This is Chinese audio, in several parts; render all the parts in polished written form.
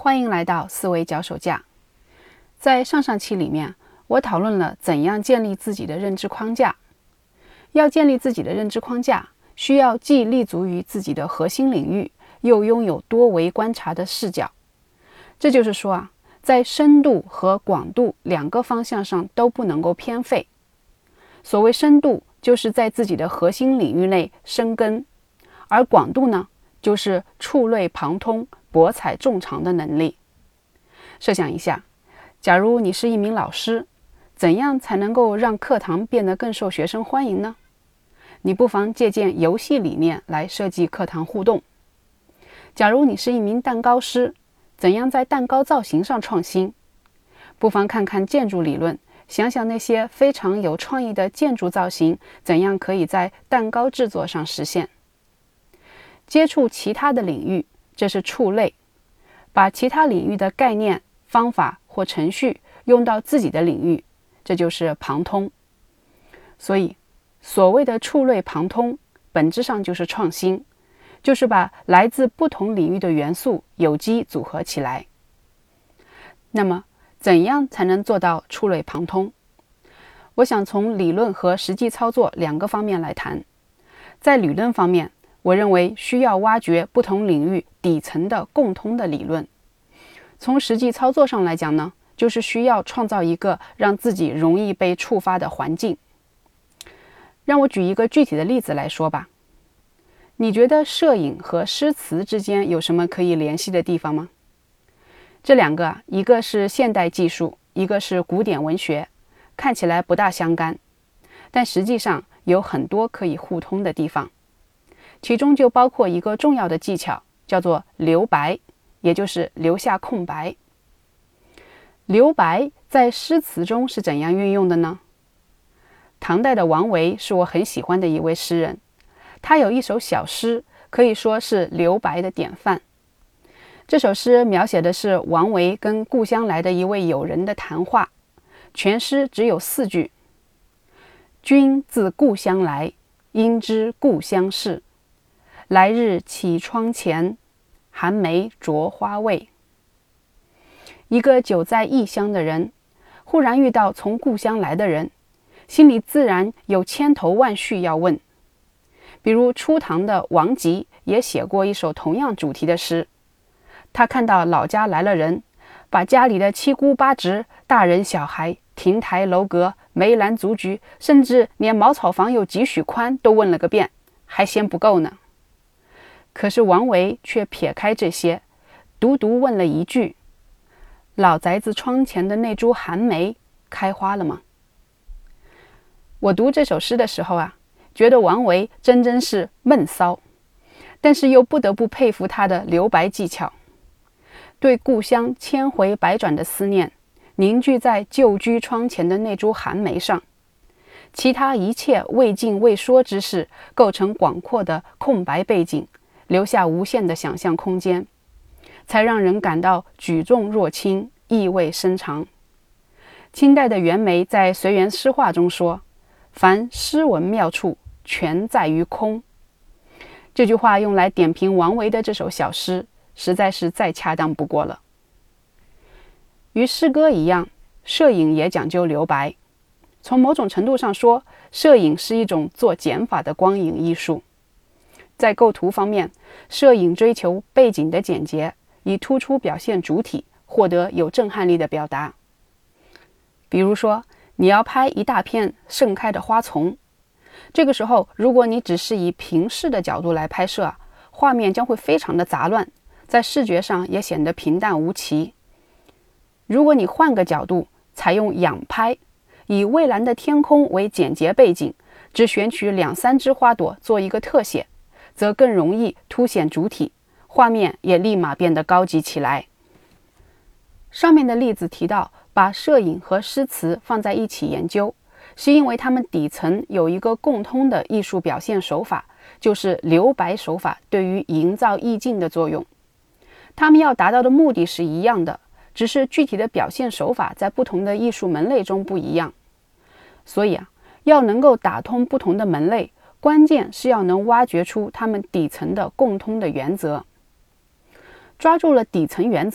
欢迎来到思维脚手架。在上期里面，我讨论了怎样建立自己的认知框架。要建立自己的认知框架，需要既立足于自己的核心领域，又拥有多维观察的视角。这就是说在深度和广度两个方向上都不能够偏废。所谓深度，就是在自己的核心领域内深耕，而广度呢，就是触类旁通、博采众长的能力。设想一下，假如你是一名老师，怎样才能够让课堂变得更受学生欢迎呢？你不妨借鉴游戏理念来设计课堂互动。假如你是一名蛋糕师，怎样在蛋糕造型上创新？不妨看看建筑理论，想想那些非常有创意的建筑造型，怎样可以在蛋糕制作上实现？接触其他的领域，这是触类，把其他领域的概念、方法或程序用到自己的领域，这就是旁通。所以，所谓的触类旁通，本质上就是创新，就是把来自不同领域的元素有机组合起来。那么，怎样才能做到触类旁通？我想从理论和实际操作两个方面来谈。在理论方面，我认为需要挖掘不同领域底层的共通的理论。从实际操作上来讲呢，就是需要创造一个让自己容易被触发的环境。让我举一个具体的例子来说吧。你觉得摄影和诗词之间有什么可以联系的地方吗？这两个一个是现代技术，一个是古典文学，看起来不大相干，但实际上有很多可以互通的地方。其中就包括一个重要的技巧，叫做留白，也就是留下空白。留白在诗词中是怎样运用的呢？唐代的王维是我很喜欢的一位诗人，他有一首小诗，可以说是留白的典范。这首诗描写的是王维跟故乡来的一位友人的谈话，全诗只有4句：君自故乡来，应知故乡事。来日绮窗前，寒梅著花未。一个久在异乡的人，忽然遇到从故乡来的人，心里自然有千头万绪要问。比如初唐的王吉也写过一首同样主题的诗。他看到老家来了人，把家里的七姑八侄、大人小孩、亭台楼阁、梅兰竹菊，甚至连茅草房有几许宽都问了个遍，还嫌不够呢。可是王维却撇开这些，独独问了一句：老宅子窗前的那株寒梅开花了吗？我读这首诗的时候觉得王维真是闷骚，但是又不得不佩服他的留白技巧。对故乡千回百转的思念凝聚在旧居窗前的那株寒梅上，其他一切未尽未说之事构成广阔的空白背景，留下无限的想象空间，才让人感到举重若轻，意味深长。清代的袁枚在《随园诗话》中说：凡诗文妙处，全在于空。这句话用来点评王维的这首小诗，实在是再恰当不过了。与诗歌一样，摄影也讲究留白。从某种程度上说，摄影是一种做减法的光影艺术。在构图方面，摄影追求背景的简洁，以突出表现主体，获得有震撼力的表达。比如说，你要拍一大片盛开的花丛，这个时候如果你只是以平视的角度来拍摄，画面将会非常的杂乱，在视觉上也显得平淡无奇。如果你换个角度，采用仰拍，以蔚蓝的天空为简洁背景，只选取2、3枝花朵做一个特写，则更容易凸显主体，画面也立马变得高级起来。上面的例子提到把摄影和诗词放在一起研究，是因为它们底层有一个共通的艺术表现手法，就是留白手法对于营造意境的作用。它们要达到的目的是一样的，只是具体的表现手法在不同的艺术门类中不一样。所以要能够打通不同的门类，关键是要能挖掘出它们底层的共通的原则。抓住了底层原则，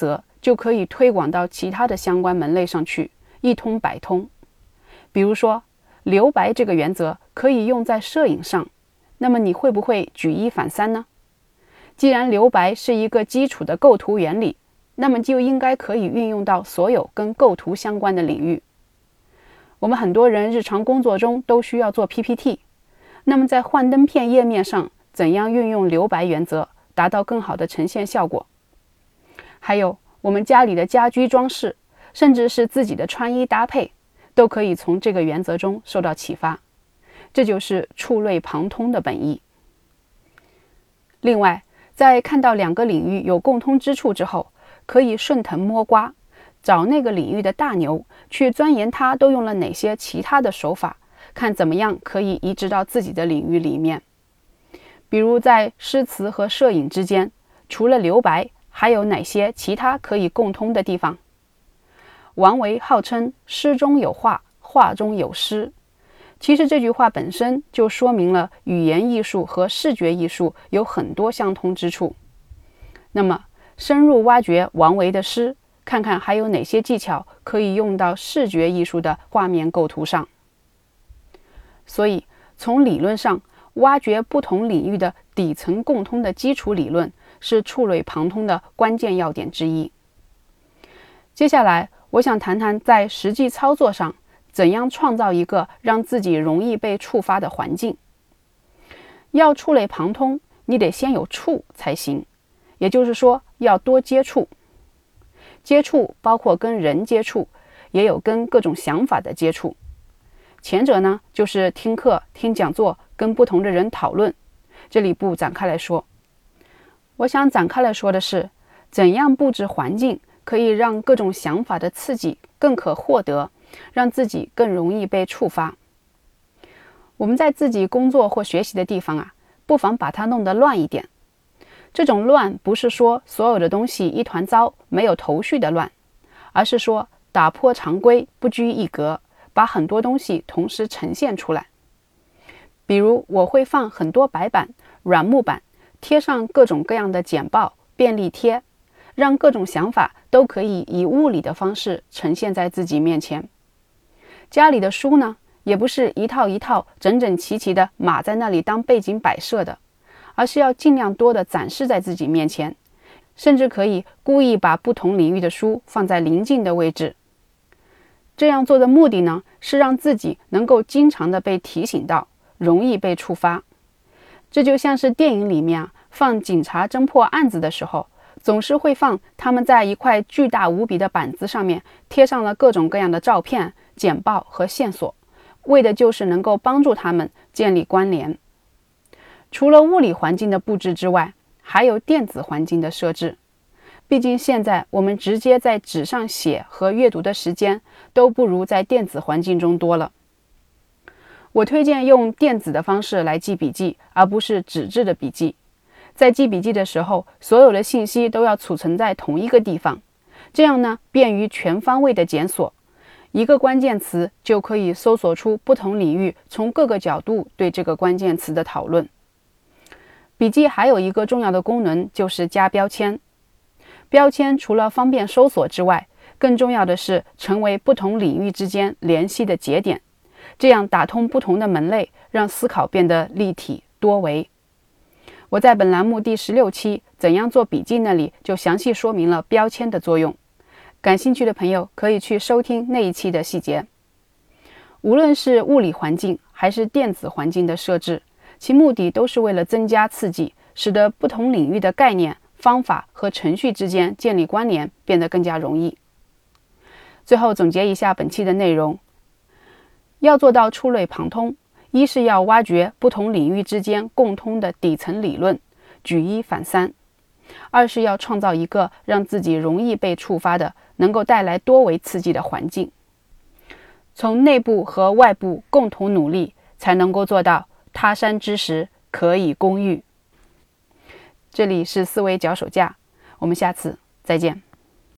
就可以推广到其他的相关门类上去，一通百通。比如说，留白这个原则可以用在摄影上，那么你会不会举一反三呢？既然留白是一个基础的构图原理，那么就应该可以运用到所有跟构图相关的领域。我们很多人日常工作中都需要做 PPT， 那么在幻灯片页面上怎样运用留白原则，达到更好的呈现效果？还有我们家里的家居装饰，甚至是自己的穿衣搭配，都可以从这个原则中受到启发。这就是触类旁通的本意。另外，在看到两个领域有共通之处之后，可以顺藤摸瓜，找那个领域的大牛，去钻研它都用了哪些其他的手法，看怎么样可以移植到自己的领域里面。比如在诗词和摄影之间，除了留白，还有哪些其他可以共通的地方？王维号称诗中有画，画中有诗。其实这句话本身就说明了语言艺术和视觉艺术有很多相通之处。那么深入挖掘王维的诗，看看还有哪些技巧可以用到视觉艺术的画面构图上。所以从理论上挖掘不同领域的底层共通的基础理论，是触类旁通的关键要点之一。接下来我想谈谈在实际操作上怎样创造一个让自己容易被触发的环境。要触类旁通，你得先有触才行，也就是说要多接触。接触包括跟人接触，也有跟各种想法的接触。前者呢，就是听课、听讲座，跟不同的人讨论，这里不展开来说。我想展开来说的是，怎样布置环境可以让各种想法的刺激更可获得，让自己更容易被触发。我们在自己工作或学习的地方不妨把它弄得乱一点。这种乱不是说所有的东西一团糟，没有头绪的乱，而是说打破常规，不拘一格，把很多东西同时呈现出来。比如我会放很多白板、软木板，贴上各种各样的简报、便利贴，让各种想法都可以以物理的方式呈现在自己面前。家里的书呢，也不是一套一套整整齐齐的码在那里当背景摆设的，而是要尽量多的展示在自己面前，甚至可以故意把不同领域的书放在邻近的位置。这样做的目的呢，是让自己能够经常的被提醒到，容易被触发。这就像是电影里面放警察侦破案子的时候，总是会放他们在一块巨大无比的板子上面贴上了各种各样的照片、简报和线索，为的就是能够帮助他们建立关联。除了物理环境的布置之外，还有电子环境的设置。毕竟现在我们直接在纸上写和阅读的时间都不如在电子环境中多了。我推荐用电子的方式来记笔记，而不是纸质的笔记。在记笔记的时候，所有的信息都要储存在同一个地方，这样呢，便于全方位的检索。一个关键词就可以搜索出不同领域从各个角度对这个关键词的讨论。笔记还有一个重要的功能，就是加标签。标签除了方便搜索之外，更重要的是成为不同领域之间联系的节点，这样打通不同的门类，让思考变得立体多维。我在本栏目第16期怎样做笔记那里就详细说明了标签的作用，感兴趣的朋友可以去收听那一期的细节。无论是物理环境还是电子环境的设置，其目的都是为了增加刺激，使得不同领域的概念、方法和程序之间建立关联变得更加容易。最后总结一下本期的内容，要做到触类旁通，一是要挖掘不同领域之间共通的底层理论，举一反三；二是要创造一个让自己容易被触发的，能够带来多维刺激的环境。从内部和外部共同努力，才能够做到他山之石，可以攻玉。这里是思维脚手架，我们下次再见。